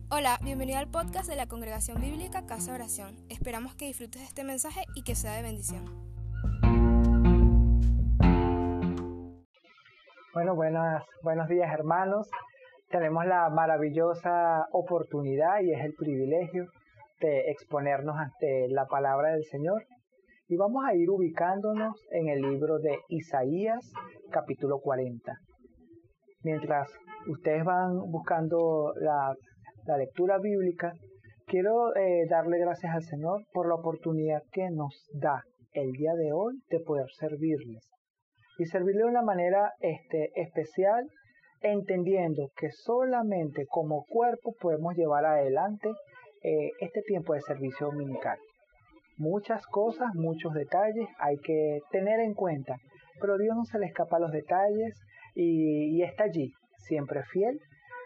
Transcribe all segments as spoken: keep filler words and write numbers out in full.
Hola, bienvenido al podcast de la Congregación Bíblica Casa de Oración. Esperamos que disfrutes de este mensaje y que sea de bendición. Bueno, buenas, buenos días hermanos. Tenemos la maravillosa oportunidad y es el privilegio de exponernos ante la palabra del Señor. Y vamos a ir ubicándonos en el libro de Isaías, capítulo cuarenta. Mientras ustedes van buscando la, la lectura bíblica, quiero eh, darle gracias al Señor por la oportunidad que nos da el día de hoy de poder servirles. Y servirle de una manera este, especial, entendiendo que solamente como cuerpo podemos llevar adelante eh, este tiempo de servicio dominical. Muchas cosas, muchos detalles hay que tener en cuenta, pero Dios no se le escapa a los detalles y, y está allí, siempre fiel,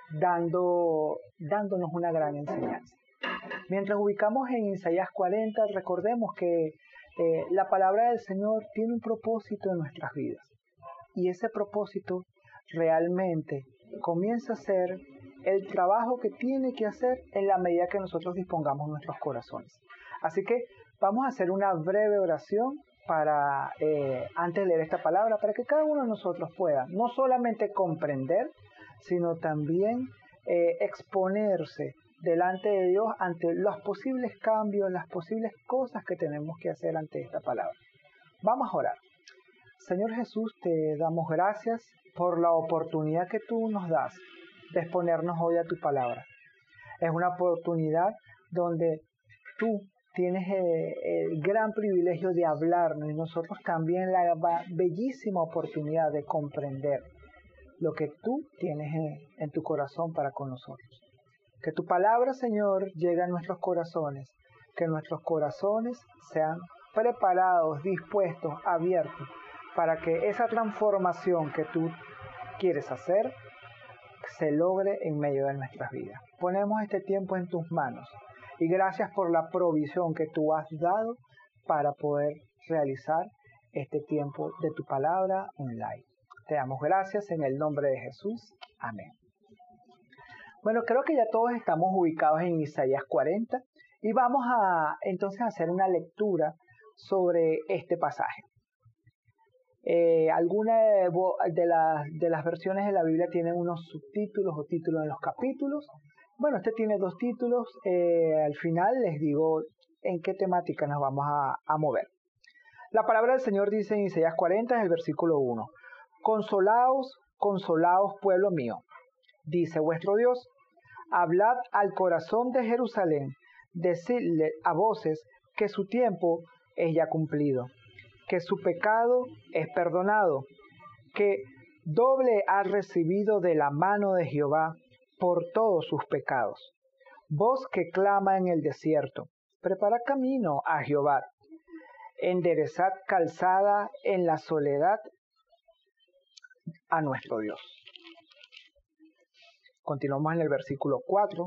dando, dándonos una gran enseñanza. Mientras ubicamos en Isaías cuarenta, recordemos que eh, la palabra del Señor tiene un propósito en nuestras vidas. Y ese propósito realmente comienza a ser el trabajo que tiene que hacer en la medida que nosotros dispongamos nuestros corazones. Así que vamos a hacer una breve oración para eh, antes de leer esta palabra, para que cada uno de nosotros pueda no solamente comprender, sino también eh, exponerse delante de Dios ante los posibles cambios, las posibles cosas que tenemos que hacer ante esta palabra. Vamos a orar. Señor Jesús, te damos gracias por la oportunidad que tú nos das de exponernos hoy a tu palabra. Es una oportunidad donde tú tienes el gran privilegio de hablarnos y nosotros también la bellísima oportunidad de comprender lo que tú tienes en, en tu corazón para con nosotros. Que tu palabra, Señor, llegue a nuestros corazones, que nuestros corazones sean preparados, dispuestos, abiertos, para que esa transformación que tú quieres hacer se logre en medio de nuestras vidas. Ponemos este tiempo en tus manos y gracias por la provisión que tú has dado para poder realizar este tiempo de tu palabra online. Te damos gracias en el nombre de Jesús. Amén. Bueno, creo que ya todos estamos ubicados en Isaías cuarenta y vamos a entonces a hacer una lectura sobre este pasaje. Eh, algunas de, la, de las versiones de la Biblia tienen unos subtítulos o títulos en los capítulos. Bueno, este tiene dos títulos. Eh, al final les digo en qué temática nos vamos a, a mover. La palabra del Señor dice en Isaías cuarenta, en el versículo uno: Consolaos, consolaos, pueblo mío, dice vuestro Dios. Hablad al corazón de Jerusalén, decidle a voces que su tiempo es ya cumplido, que su pecado es perdonado, que doble ha recibido de la mano de Jehová por todos sus pecados. Voz que clama en el desierto, preparad camino a Jehová, enderezad calzada en la soledad a nuestro Dios. Continuamos en el versículo cuatro.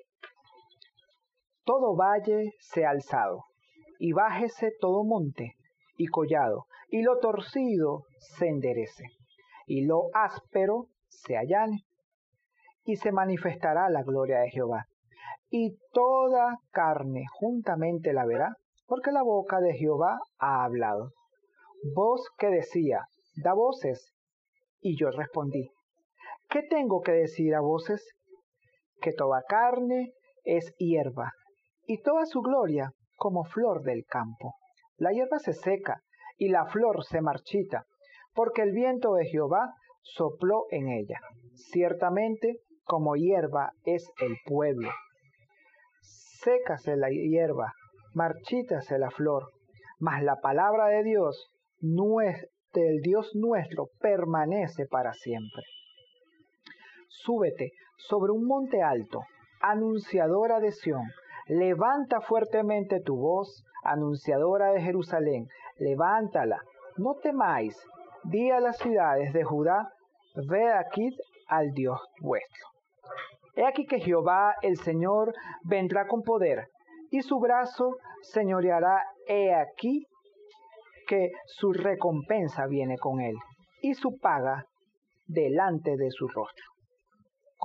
Todo valle sea alzado, y bájese todo monte y collado, y lo torcido se enderece, y lo áspero se allane, y se manifestará la gloria de Jehová, y toda carne juntamente la verá, porque la boca de Jehová ha hablado. Voz que decía, da voces, y yo respondí, ¿qué tengo que decir a voces? Que toda carne es hierba, y toda su gloria como flor del campo. La hierba se seca, y la flor se marchita, porque el viento de Jehová sopló en ella. Ciertamente, como hierba es el pueblo. Sécase la hierba, marchítase la flor, mas la palabra de Dios, del Dios nuestro, permanece para siempre. Súbete sobre un monte alto, anunciadora de Sión, levanta fuertemente tu voz, anunciadora de Jerusalén, levántala, no temáis, di a las ciudades de Judá, ved aquí al Dios vuestro. He aquí que Jehová el Señor vendrá con poder, y su brazo señoreará. He aquí que su recompensa viene con él, y su paga delante de su rostro.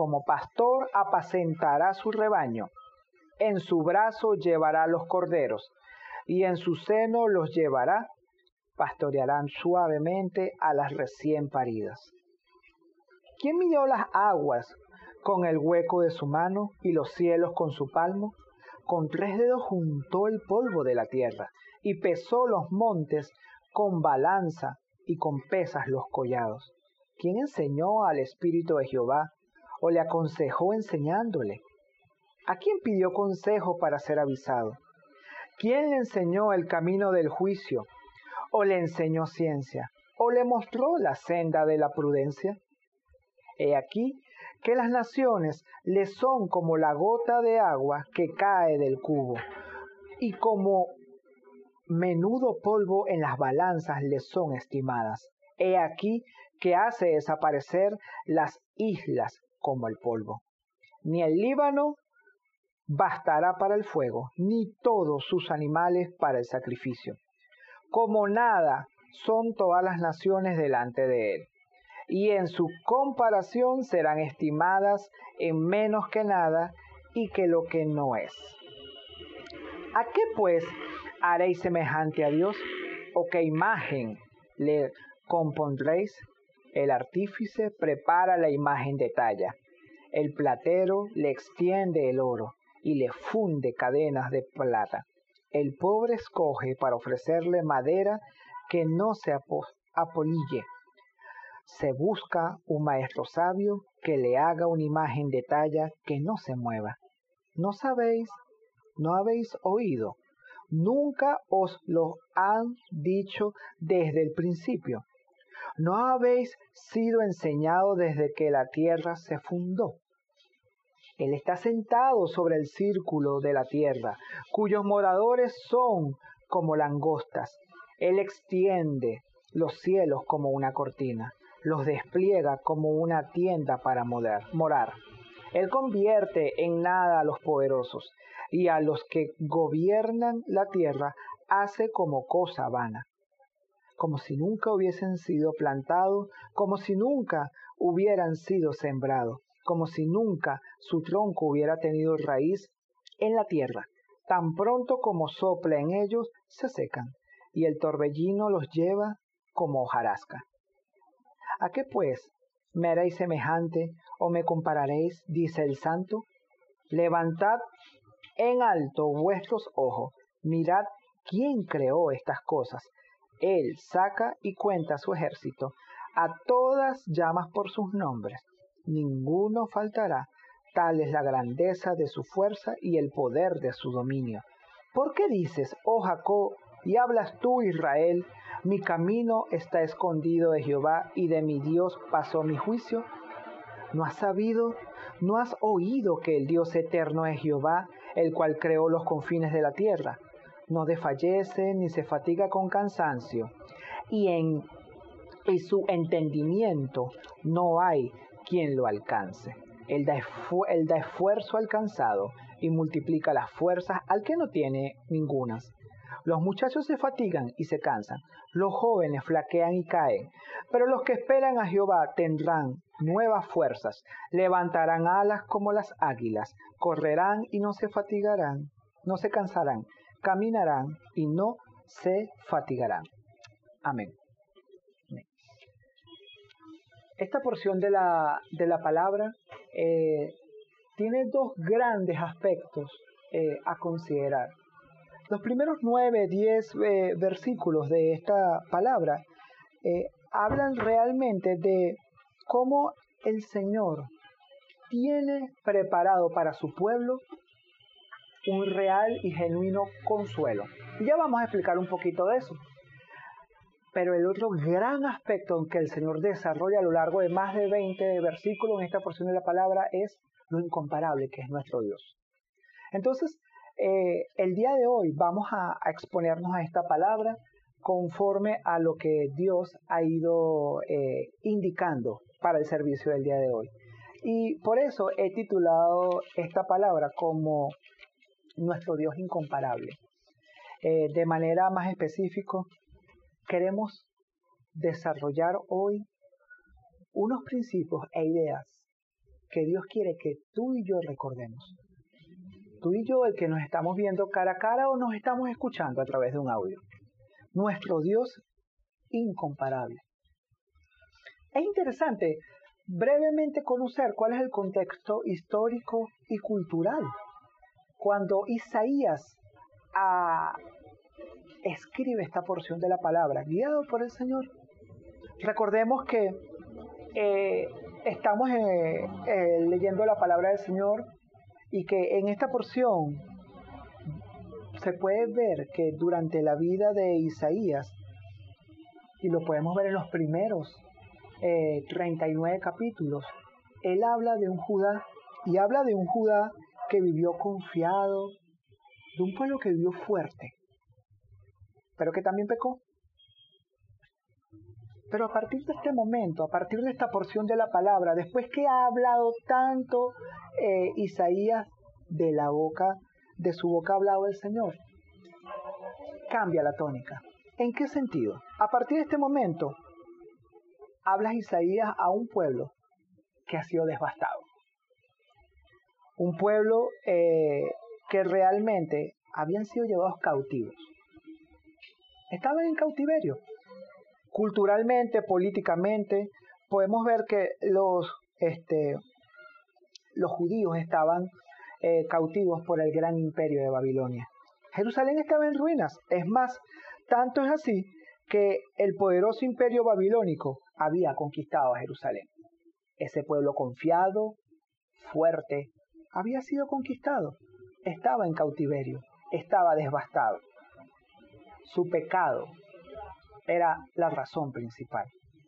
como pastor apacentará su rebaño. En su brazo llevará los corderos, y en su seno los llevará. Pastorearán suavemente a las recién paridas. ¿Quién midió las aguas con el hueco de su mano y los cielos con su palmo? Con tres dedos juntó el polvo de la tierra y pesó los montes con balanza y con pesas los collados. ¿Quién enseñó al Espíritu de Jehová o le aconsejó enseñándole? ¿A quién pidió consejo para ser avisado? ¿Quién le enseñó el camino del juicio o le enseñó ciencia o le mostró la senda de la prudencia? He aquí que las naciones le son como la gota de agua que cae del cubo, y como menudo polvo en las balanzas le son estimadas. He aquí que hace desaparecer las islas como el polvo. Ni el Líbano bastará para el fuego, ni todos sus animales para el sacrificio. Como nada son todas las naciones delante de él, y en su comparación serán estimadas en menos que nada y que lo que no es. ¿A qué pues haréis semejante a Dios? ¿O qué imagen le compondréis? El artífice prepara la imagen de talla, el platero le extiende el oro y le funde cadenas de plata. El pobre escoge para ofrecerle madera que no se apolille. Se busca un maestro sabio que le haga una imagen de talla que no se mueva. ¿No sabéis? ¿No habéis oído? ¿Nunca os lo han dicho desde el principio? ¿No habéis sido enseñado desde que la tierra se fundó? Él está sentado sobre el círculo de la tierra, cuyos moradores son como langostas. Él extiende los cielos como una cortina, los despliega como una tienda para morar. Él convierte en nada a los poderosos, y a los que gobiernan la tierra hace como cosa vana. Como si nunca hubiesen sido plantados, como si nunca hubieran sido sembrados, como si nunca su tronco hubiera tenido raíz en la tierra. Tan pronto como sopla en ellos, se secan, y el torbellino los lleva como hojarasca. ¿A qué pues me haréis semejante o me compararéis? Dice el Santo. Levantad en alto vuestros ojos, mirad quién creó estas cosas. Él saca y cuenta su ejército, a todas llamas por sus nombres. Ninguno faltará, tal es la grandeza de su fuerza y el poder de su dominio. ¿Por qué dices, oh Jacob, y hablas tú, Israel, mi camino está escondido de Jehová, y de mi Dios pasó mi juicio? ¿No has sabido, no has oído que el Dios eterno es Jehová, el cual creó los confines de la tierra? No desfallece ni se fatiga con cansancio, y en y su entendimiento no hay quien lo alcance. Él da, esfu- él da esfuerzo al cansado y multiplica las fuerzas al que no tiene ningunas. Los muchachos se fatigan y se cansan, los jóvenes flaquean y caen, pero los que esperan a Jehová tendrán nuevas fuerzas, levantarán alas como las águilas, correrán y no se fatigarán, no se cansarán, caminarán y no se fatigarán. Amén. Esta porción de la, de la palabra eh, tiene dos grandes aspectos eh, a considerar. Los primeros nueve, diez eh, versículos de esta palabra eh, hablan realmente de cómo el Señor tiene preparado para su pueblo un real y genuino consuelo. Y ya vamos a explicar un poquito de eso. Pero el otro gran aspecto que el Señor desarrolla a lo largo de más de veinte versículos en esta porción de la palabra es lo incomparable que es nuestro Dios. Entonces, eh, el día de hoy vamos a, a exponernos a esta palabra conforme a lo que Dios ha ido eh, indicando para el servicio del día de hoy. Y por eso he titulado esta palabra como nuestro Dios incomparable. Eh, de manera más específica, queremos desarrollar hoy unos principios e ideas que Dios quiere que tú y yo recordemos. Tú y yo, el que nos estamos viendo cara a cara o nos estamos escuchando a través de un audio. Nuestro Dios incomparable. Es interesante brevemente conocer cuál es el contexto histórico y cultural. Cuando Isaías ah, escribe esta porción de la palabra, guiado por el Señor, recordemos que eh, estamos eh, eh, leyendo la palabra del Señor y que en esta porción se puede ver que durante la vida de Isaías, y lo podemos ver en los primeros eh, treinta y nueve capítulos, él habla de un Judá, y habla de un Judá que vivió confiado, de un pueblo que vivió fuerte, pero que también pecó. Pero a partir de este momento, a partir de esta porción de la palabra, después que ha hablado tanto eh, Isaías de la boca, de su boca ha hablado el Señor, cambia la tónica. ¿En qué sentido? A partir de este momento, habla Isaías a un pueblo que ha sido devastado. Un pueblo eh, que realmente habían sido llevados cautivos. Estaban en cautiverio. Culturalmente, políticamente, podemos ver que los, este, los judíos estaban eh, cautivos por el gran imperio de Babilonia. Jerusalén estaba en ruinas. Es más, tanto es así que el poderoso imperio babilónico había conquistado a Jerusalén. Ese pueblo confiado, fuerte, había sido conquistado. Estaba en cautiverio, estaba devastado. Su pecado era la razón principal.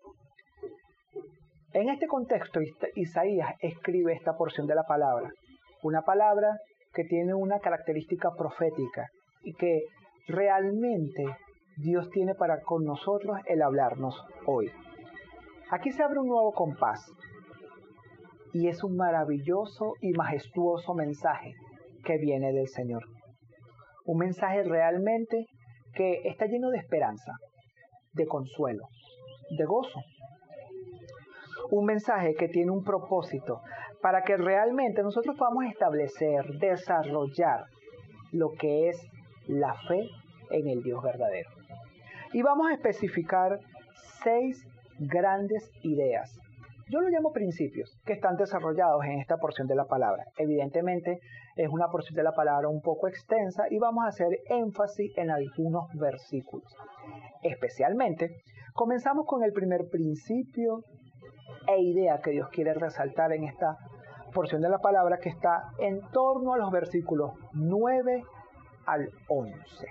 En este contexto, Isaías escribe esta porción de la palabra, una palabra que tiene una característica profética y que realmente Dios tiene para con nosotros el hablarnos hoy. Aquí se abre un nuevo compás y es un maravilloso y majestuoso mensaje que viene del Señor. Un mensaje realmente que está lleno de esperanza, de consuelo, de gozo. Un mensaje que tiene un propósito para que realmente nosotros podamos establecer, desarrollar lo que es la fe en el Dios verdadero. Y vamos a especificar seis grandes ideas. Yo lo llamo principios, que están desarrollados en esta porción de la palabra. Evidentemente es una porción de la palabra un poco extensa y vamos a hacer énfasis en algunos versículos. Especialmente, comenzamos con el primer principio e idea que Dios quiere resaltar en esta porción de la palabra, que está en torno a los versículos nueve al once.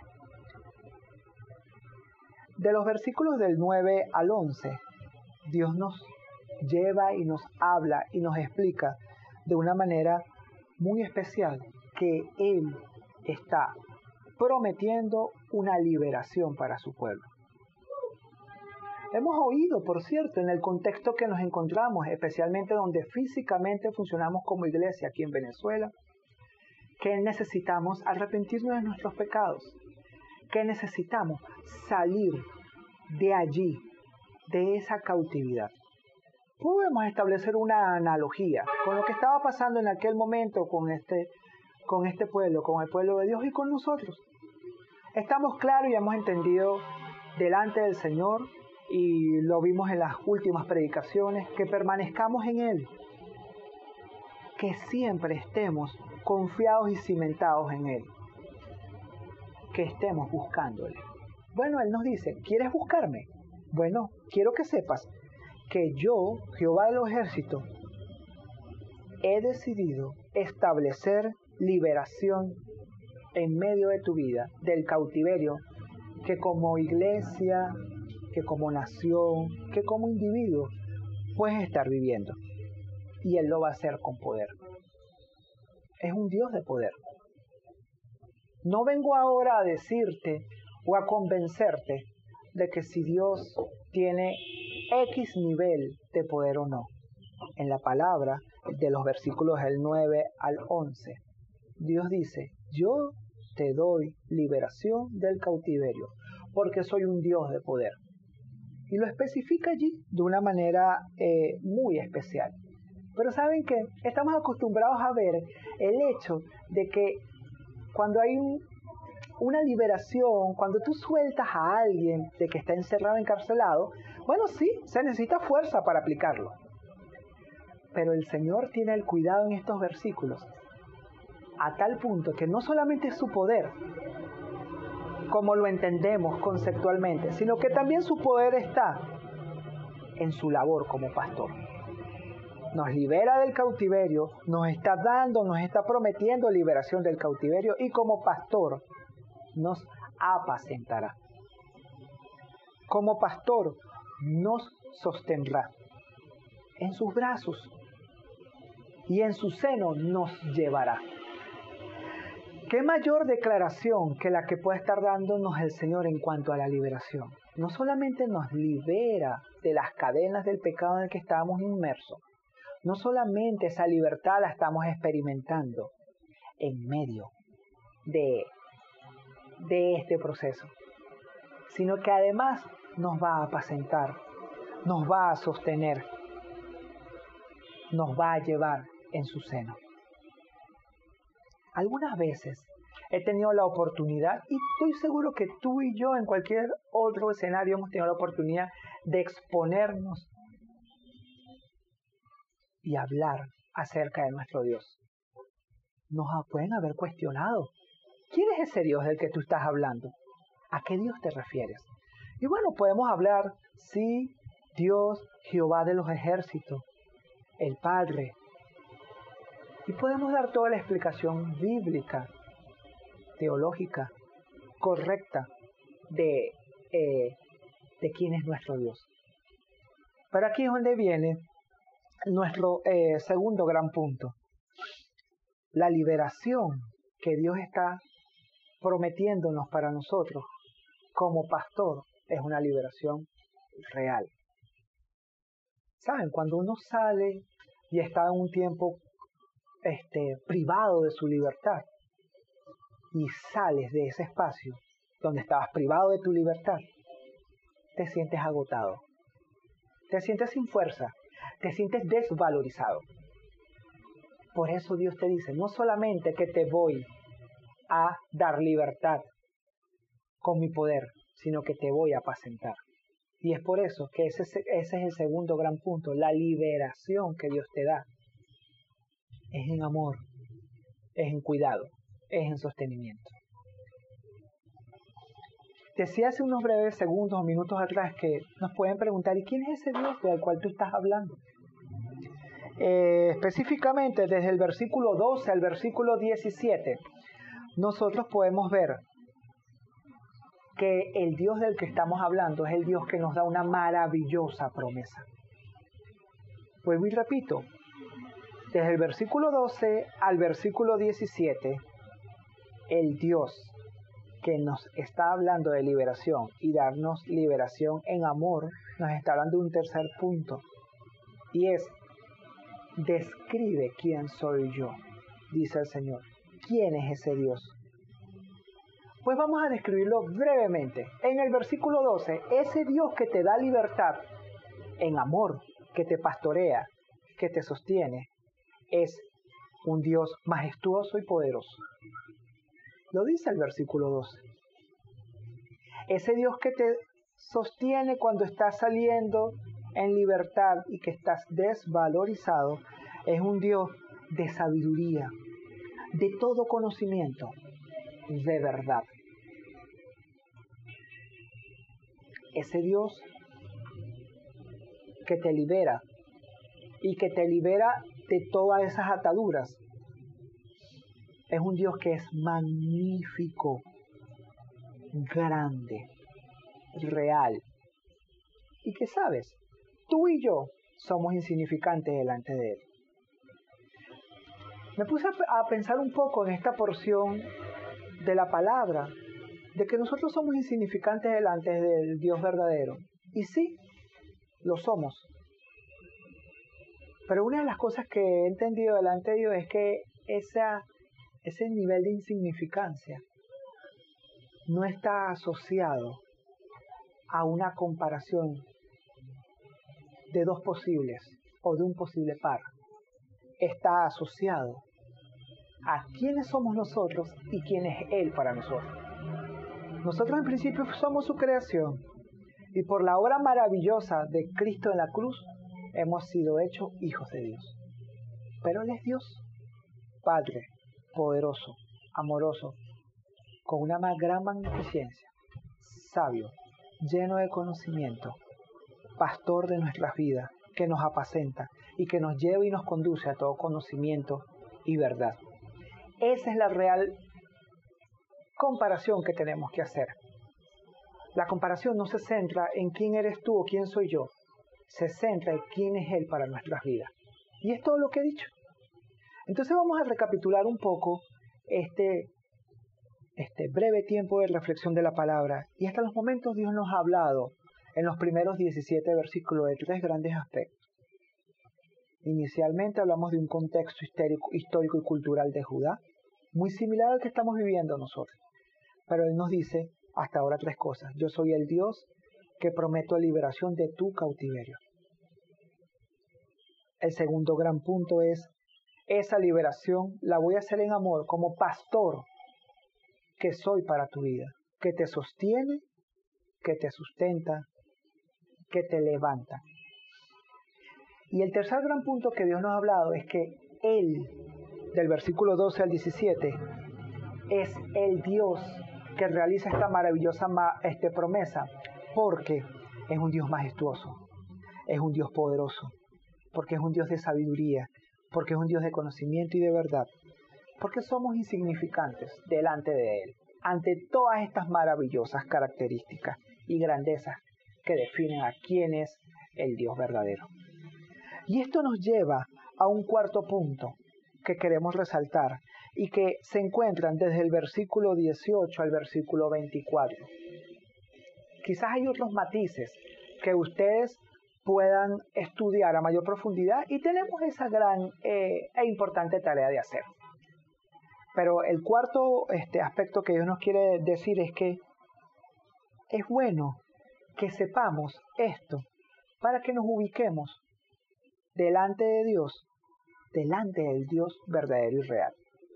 De los versículos del nueve al once, Dios nos lleva y nos habla y nos explica de una manera muy especial que Él está prometiendo una liberación para su pueblo. Hemos oído, por cierto, en el contexto que nos encontramos, especialmente donde físicamente funcionamos como iglesia aquí en Venezuela, que necesitamos arrepentirnos de nuestros pecados, que necesitamos salir de allí, de esa cautividad. Podemos establecer una analogía con lo que estaba pasando en aquel momento con este, con este pueblo, con el pueblo de Dios y con nosotros. Estamos claros y hemos entendido delante del Señor, y lo vimos en las últimas predicaciones, que permanezcamos en Él, que siempre estemos confiados y cimentados en Él, que estemos buscándole. Bueno, Él nos dice, ¿quieres buscarme? Bueno, quiero que sepas que yo, Jehová de los ejércitos, he decidido establecer liberación en medio de tu vida del cautiverio que como iglesia, que como nación, que como individuo puedes estar viviendo. Y Él lo va a hacer con poder. Es un Dios de poder. No vengo ahora a decirte o a convencerte de que si Dios tiene X nivel de poder o no. En la palabra de los versículos del nueve al once, Dios dice, yo te doy liberación del cautiverio, porque soy un Dios de poder. Y lo especifica allí de una manera eh, muy especial. Pero ¿saben qué? Estamos acostumbrados a ver el hecho de que cuando hay un, una liberación, cuando tú sueltas a alguien de que está encerrado, encarcelado, bueno, sí, se necesita fuerza para aplicarlo. Pero el Señor tiene el cuidado en estos versículos, a tal punto que no solamente es su poder, como lo entendemos conceptualmente, sino que también su poder está en su labor como pastor. Nos libera del cautiverio, nos está dando, nos está prometiendo liberación del cautiverio y como pastor nos apacentará. Como pastor nos sostendrá en sus brazos y en su seno nos llevará. ¿Qué mayor declaración que la que puede estar dándonos el Señor en cuanto a la liberación? No solamente nos libera de las cadenas del pecado en el que estábamos inmersos, no solamente esa libertad la estamos experimentando en medio de, de este proceso, sino que además nos va a apacentar, nos va a sostener, nos va a llevar en su seno. Algunas veces he tenido la oportunidad, y estoy seguro que tú y yo en cualquier otro escenario hemos tenido la oportunidad de exponernos y hablar acerca de nuestro Dios. Nos pueden haber cuestionado. ¿Quién es ese Dios del que tú estás hablando? ¿A qué Dios te refieres? Y bueno, podemos hablar, sí, Dios, Jehová de los ejércitos, el Padre. Y podemos dar toda la explicación bíblica, teológica, correcta de, eh, de quién es nuestro Dios. Pero aquí es donde viene nuestro eh, segundo gran punto. La liberación que Dios está prometiéndonos para nosotros como pastor es una liberación real. ¿Saben? Cuando uno sale y está en un tiempo este, privado de su libertad y sales de ese espacio donde estabas privado de tu libertad, te sientes agotado, te sientes sin fuerza, te sientes desvalorizado. Por eso Dios te dice, no solamente que te voy a dar libertad con mi poder, sino que te voy a apacentar. Y es por eso que ese, ese es el segundo gran punto, la liberación que Dios te da. Es en amor, es en cuidado, es en sostenimiento. Decía hace unos breves segundos o minutos atrás que nos pueden preguntar, ¿y quién es ese Dios del cual tú estás hablando? Eh, específicamente desde el versículo doce al versículo diecisiete, nosotros podemos ver que el Dios del que estamos hablando es el Dios que nos da una maravillosa promesa. Vuelvo y repito, desde el versículo doce al versículo diecisiete, el Dios que nos está hablando de liberación y darnos liberación en amor, nos está hablando de un tercer punto, y es, describe quién soy yo, dice el Señor. ¿Quién es ese Dios? Pues vamos a describirlo brevemente. En el versículo doce, ese Dios que te da libertad en amor, que te pastorea, que te sostiene, es un Dios majestuoso y poderoso. Lo dice el versículo doce. Ese Dios que te sostiene cuando estás saliendo en libertad y que estás desvalorizado, es un Dios de sabiduría, de todo conocimiento, de verdad. Ese Dios que te libera y que te libera de todas esas ataduras, es un Dios que es magnífico, grande, real. Y que sabes, tú y yo somos insignificantes delante de Él. Me puse a pensar un poco en esta porción de la palabra, de que nosotros somos insignificantes delante del Dios verdadero. Y sí, lo somos. Pero una de las cosas que he entendido delante de Dios es que esa, ese nivel de insignificancia no está asociado a una comparación de dos posibles o de un posible par. está asociado a quiénes somos nosotros y quién es Él para nosotros. Nosotros en principio somos su creación y por la obra maravillosa de Cristo en la cruz hemos sido hechos hijos de Dios. Pero Él es Dios, Padre, poderoso, amoroso, con una más gran magnificencia, sabio, lleno de conocimiento, pastor de nuestras vidas, que nos apacenta y que nos lleva y nos conduce a todo conocimiento y verdad. Esa es la real comparación que tenemos que hacer. La comparación no se centra en quién eres tú o quién soy yo, se centra en quién es Él para nuestras vidas. Y es todo lo que he dicho. Entonces vamos a recapitular un poco este, este breve tiempo de reflexión de la palabra. Y hasta los momentos Dios nos ha hablado en los primeros diecisiete versículos de tres grandes aspectos. Inicialmente hablamos de un contexto histórico, histórico y cultural de Judá, muy similar al que estamos viviendo nosotros. Pero Él nos dice hasta ahora tres cosas. Yo soy el Dios que prometo liberación de tu cautiverio. El segundo gran punto es, esa liberación la voy a hacer en amor como pastor que soy para tu vida, que te sostiene, que te sustenta, que te levanta. Y el tercer gran punto que Dios nos ha hablado es que Él, del versículo doce al diecisiete, es el Dios que realiza esta maravillosa este, promesa, porque es un Dios majestuoso, es un Dios poderoso, porque es un Dios de sabiduría, porque es un Dios de conocimiento y de verdad, porque somos insignificantes delante de Él, ante todas estas maravillosas características y grandezas que definen a quién es el Dios verdadero. Y esto nos lleva a un cuarto punto que queremos resaltar y que se encuentran desde el versículo dieciocho al versículo veinticuatro. Quizás hay otros matices que ustedes puedan estudiar a mayor profundidad y tenemos esa gran eh, e importante tarea de hacer. Pero el cuarto este, aspecto que Dios nos quiere decir es que es bueno que sepamos esto para que nos ubiquemos delante de Dios, delante del Dios verdadero y real.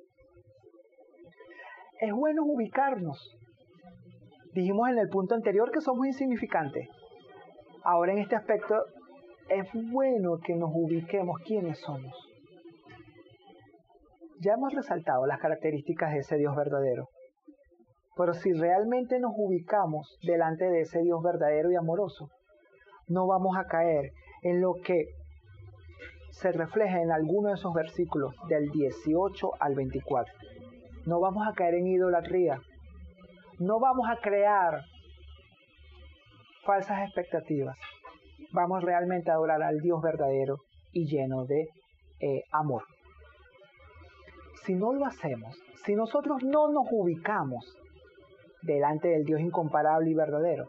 Es bueno ubicarnos. Dijimos en el punto anterior que somos insignificantes. Ahora en este aspecto es bueno que nos ubiquemos quiénes somos. Ya hemos resaltado las características de ese Dios verdadero. Pero si realmente nos ubicamos delante de ese Dios verdadero y amoroso, no vamos a caer en lo que se refleja en alguno de esos versículos del dieciocho al veinticuatro. No vamos a caer en idolatría. No vamos a crear falsas expectativas. Vamos realmente a adorar al Dios verdadero y lleno de eh, amor. Si no lo hacemos, si nosotros no nos ubicamos delante del Dios incomparable y verdadero,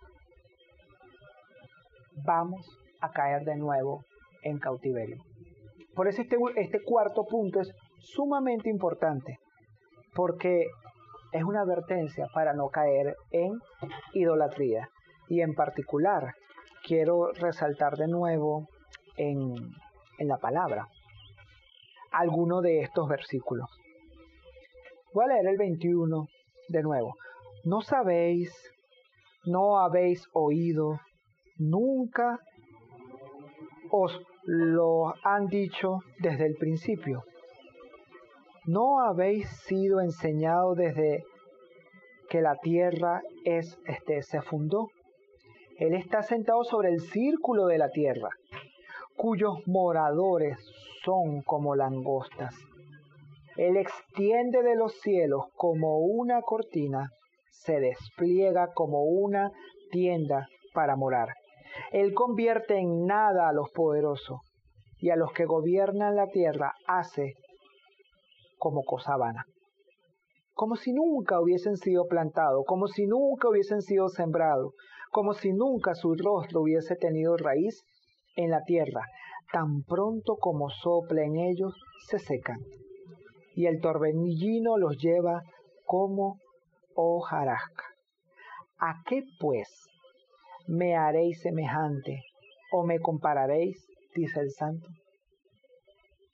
vamos a caer de nuevo en cautiverio. Por eso este, este cuarto punto es sumamente importante, porque es una advertencia para no caer en idolatría. Y en particular, quiero resaltar de nuevo en, en la palabra alguno de estos versículos. Voy a leer el veintiuno de nuevo. ¿No sabéis, no habéis oído, nunca os lo han dicho desde el principio? ¿No habéis sido enseñados desde que la tierra es, este, se fundó? Él está sentado sobre el círculo de la tierra, cuyos moradores son como langostas. Él extiende de los cielos como una cortina, se despliega como una tienda para morar. Él convierte en nada a los poderosos y a los que gobiernan la tierra hace como cosa vana. Como si nunca hubiesen sido plantados, como si nunca hubiesen sido sembrados, como si nunca su rostro hubiese tenido raíz en la tierra. Tan pronto como sopla en ellos, se secan, y el torbellino los lleva como hojarasca. ¿A qué, pues, me haréis semejante o me compararéis? Dice el Santo.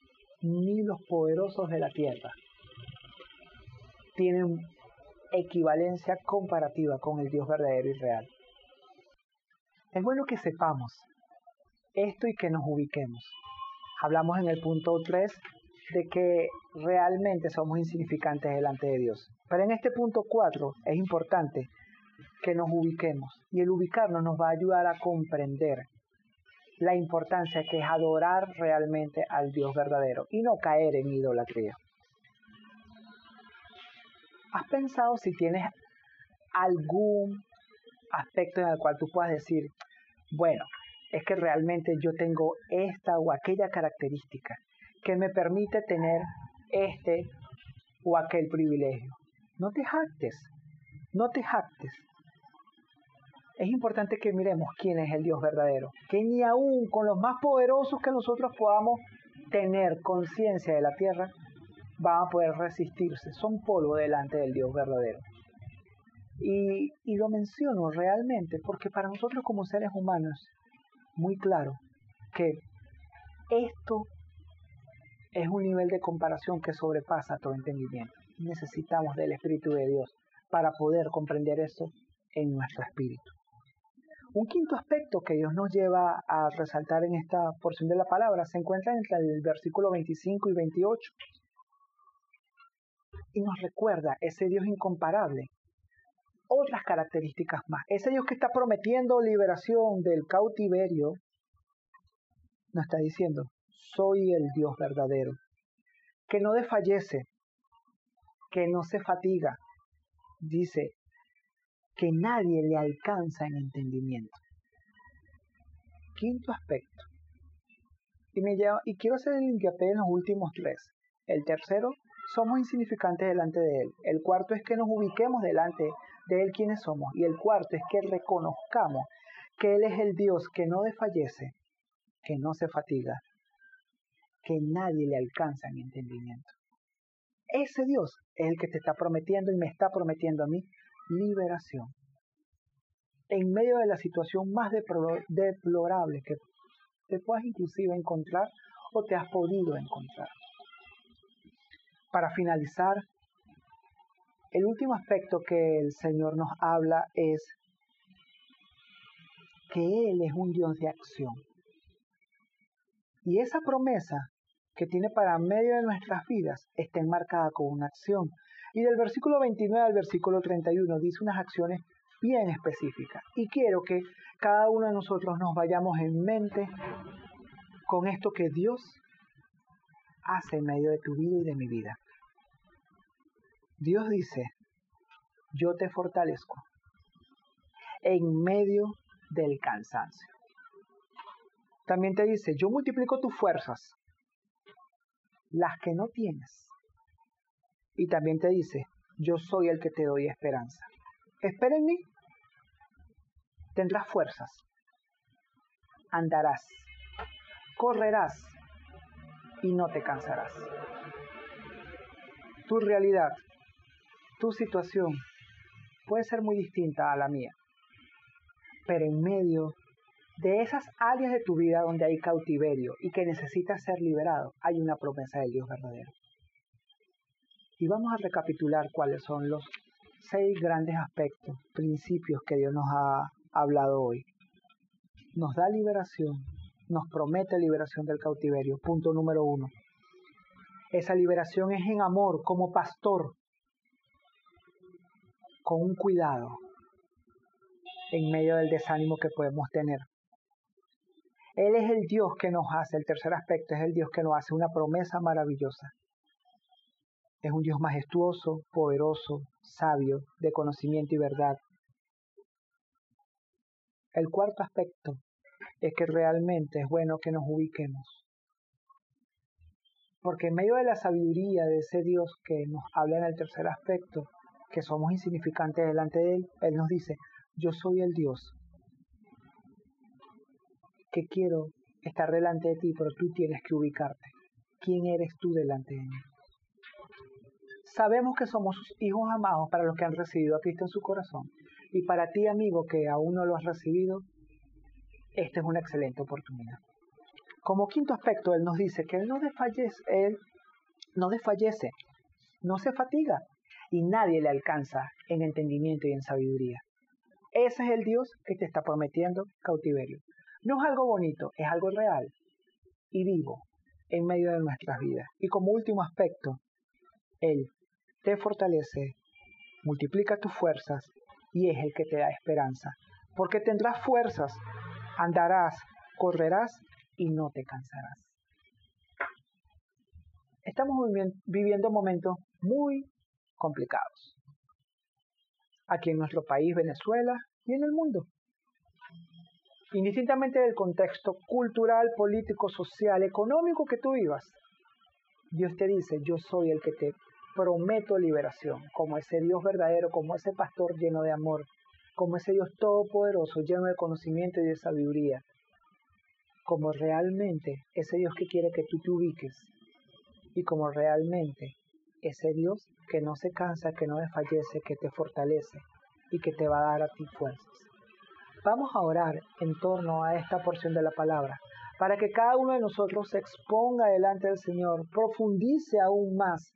ni los poderosos de la tierra tienen equivalencia comparativa con el Dios verdadero y real. Es bueno que sepamos esto y que nos ubiquemos. Hablamos en el punto tres de que realmente somos insignificantes delante de Dios. Pero en este punto cuatro es importante que nos ubiquemos, y el ubicarnos nos va a ayudar a comprender la importancia que es adorar realmente al Dios verdadero y no caer en idolatría. ¿Has pensado si tienes algún aspecto en el cual tú puedas decir, bueno, es que realmente yo tengo esta o aquella característica que me permite tener este o aquel privilegio? No te jactes, no te jactes. Es importante que miremos quién es el Dios verdadero, que ni aún con los más poderosos que nosotros podamos tener conciencia de la tierra, van a poder resistirse, son polvo delante del Dios verdadero. Y, y lo menciono realmente porque para nosotros como seres humanos, muy claro que esto es un nivel de comparación que sobrepasa todo entendimiento. Necesitamos del Espíritu de Dios para poder comprender eso en nuestro espíritu. Un quinto aspecto que Dios nos lleva a resaltar en esta porción de la palabra se encuentra entre el versículo veinticinco y veintiocho. Y nos recuerda ese Dios incomparable. Otras características más. Ese Dios que está prometiendo liberación del cautiverio, nos está diciendo, soy el Dios verdadero, que no desfallece, que no se fatiga. Dice, que nadie le alcanza en entendimiento. Quinto aspecto. Y, me lleva, y quiero hacer el hincapié en los últimos tres. El tercero, somos insignificantes delante de Él. El cuarto es que nos ubiquemos delante de Él quienes somos. Y el cuarto es que reconozcamos que Él es el Dios que no desfallece, que no se fatiga, que nadie le alcanza en entendimiento. Ese Dios es el que te está prometiendo y me está prometiendo a mí liberación. En medio de la situación más deplorable que te puedas inclusive encontrar o te has podido encontrar. Para finalizar, el último aspecto que el Señor nos habla es que Él es un Dios de acción. Y esa promesa que tiene para medio de nuestras vidas está enmarcada con una acción. Y del versículo veintinueve al versículo treinta y uno dice unas acciones bien específicas. Y quiero que cada uno de nosotros nos vayamos en mente con esto que Dios hace en medio de tu vida y de mi vida. Dios dice, yo te fortalezco en medio del cansancio. También te dice, yo multiplico tus fuerzas, las que no tienes. Y también te dice, yo soy el que te doy esperanza. Espera en mí, tendrás fuerzas, andarás, correrás y no te cansarás. Tu realidad, tu situación puede ser muy distinta a la mía, pero en medio de esas áreas de tu vida donde hay cautiverio y que necesitas ser liberado, hay una promesa del Dios verdadero. Y vamos a recapitular cuáles son los seis grandes aspectos, principios que Dios nos ha hablado hoy. Nos da liberación, nos promete liberación del cautiverio. Punto número uno. Esa liberación es en amor, como pastor, con un cuidado en medio del desánimo que podemos tener. Él es el Dios que nos hace, el tercer aspecto es el Dios que nos hace una promesa maravillosa. Es un Dios majestuoso, poderoso, sabio, de conocimiento y verdad. El cuarto aspecto es que realmente es bueno que nos ubiquemos. Porque en medio de la sabiduría de ese Dios que nos habla en el tercer aspecto, que somos insignificantes delante de Él, Él nos dice, yo soy el Dios que quiero estar delante de ti, pero tú tienes que ubicarte. ¿Quién eres tú delante de mí? Sabemos que somos sus hijos amados para los que han recibido a Cristo en su corazón. Y para ti, amigo, que aún no lo has recibido, esta es una excelente oportunidad. Como quinto aspecto, Él nos dice que Él no desfallece, Él no desfallece, no se fatiga y nadie le alcanza en entendimiento y en sabiduría. Ese es el Dios que te está prometiendo cautiverio. No es algo bonito, es algo real y vivo en medio de nuestras vidas. Y como último aspecto, Él te fortalece, multiplica tus fuerzas y es el que te da esperanza. Porque tendrás fuerzas, andarás, correrás y no te cansarás. Estamos viviendo momentos muy complicados. Aquí en nuestro país, Venezuela, y en el mundo. Indistintamente del contexto cultural, político, social, económico que tú vivas, Dios te dice, yo soy el que te prometo liberación, como ese Dios verdadero, como ese pastor lleno de amor, como ese Dios todopoderoso, lleno de conocimiento y de sabiduría, como realmente ese Dios que quiere que tú te ubiques, y como realmente ese Dios que no se cansa, que no desfallece, que te fortalece y que te va a dar a ti fuerzas. Vamos a orar en torno a esta porción de la palabra, para que cada uno de nosotros se exponga delante del Señor, profundice aún más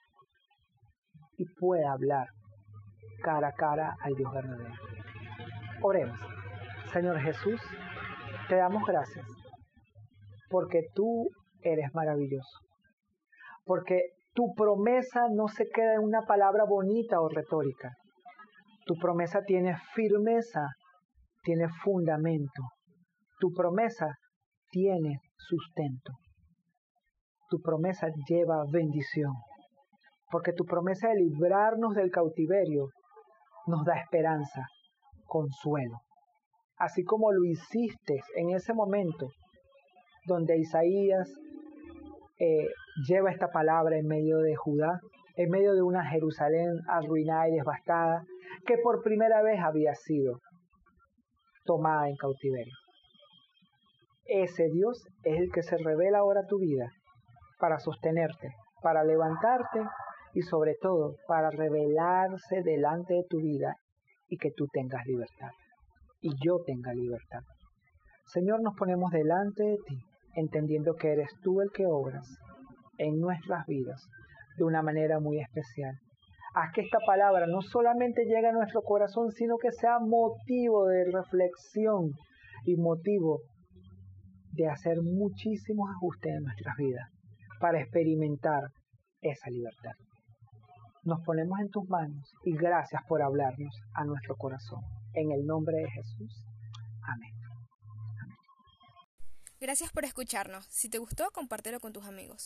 y pueda hablar cara a cara al Dios verdadero. Oremos. Señor Jesús, te damos gracias porque tú eres maravilloso, porque tu promesa no se queda en una palabra bonita o retórica. Tu promesa tiene firmeza, tiene fundamento. Tu promesa tiene sustento. Tu promesa lleva bendición. Porque tu promesa de librarnos del cautiverio nos da esperanza, consuelo. Así como lo hiciste en ese momento donde Isaías eh, lleva esta palabra en medio de Judá, en medio de una Jerusalén arruinada y devastada, que por primera vez había sido tomada en cautiverio. Ese Dios es el que se revela ahora a tu vida para sostenerte, para levantarte y sobre todo para revelarse delante de tu vida y que tú tengas libertad y yo tenga libertad. Señor, nos ponemos delante de ti, entendiendo que eres tú el que obras en nuestras vidas de una manera muy especial. Haz que esta palabra no solamente llegue a nuestro corazón, sino que sea motivo de reflexión y motivo de hacer muchísimos ajustes en nuestras vidas para experimentar esa libertad. Nos ponemos en tus manos y gracias por hablarnos a nuestro corazón. En el nombre de Jesús. Amén. Gracias por escucharnos. Si te gustó, compártelo con tus amigos.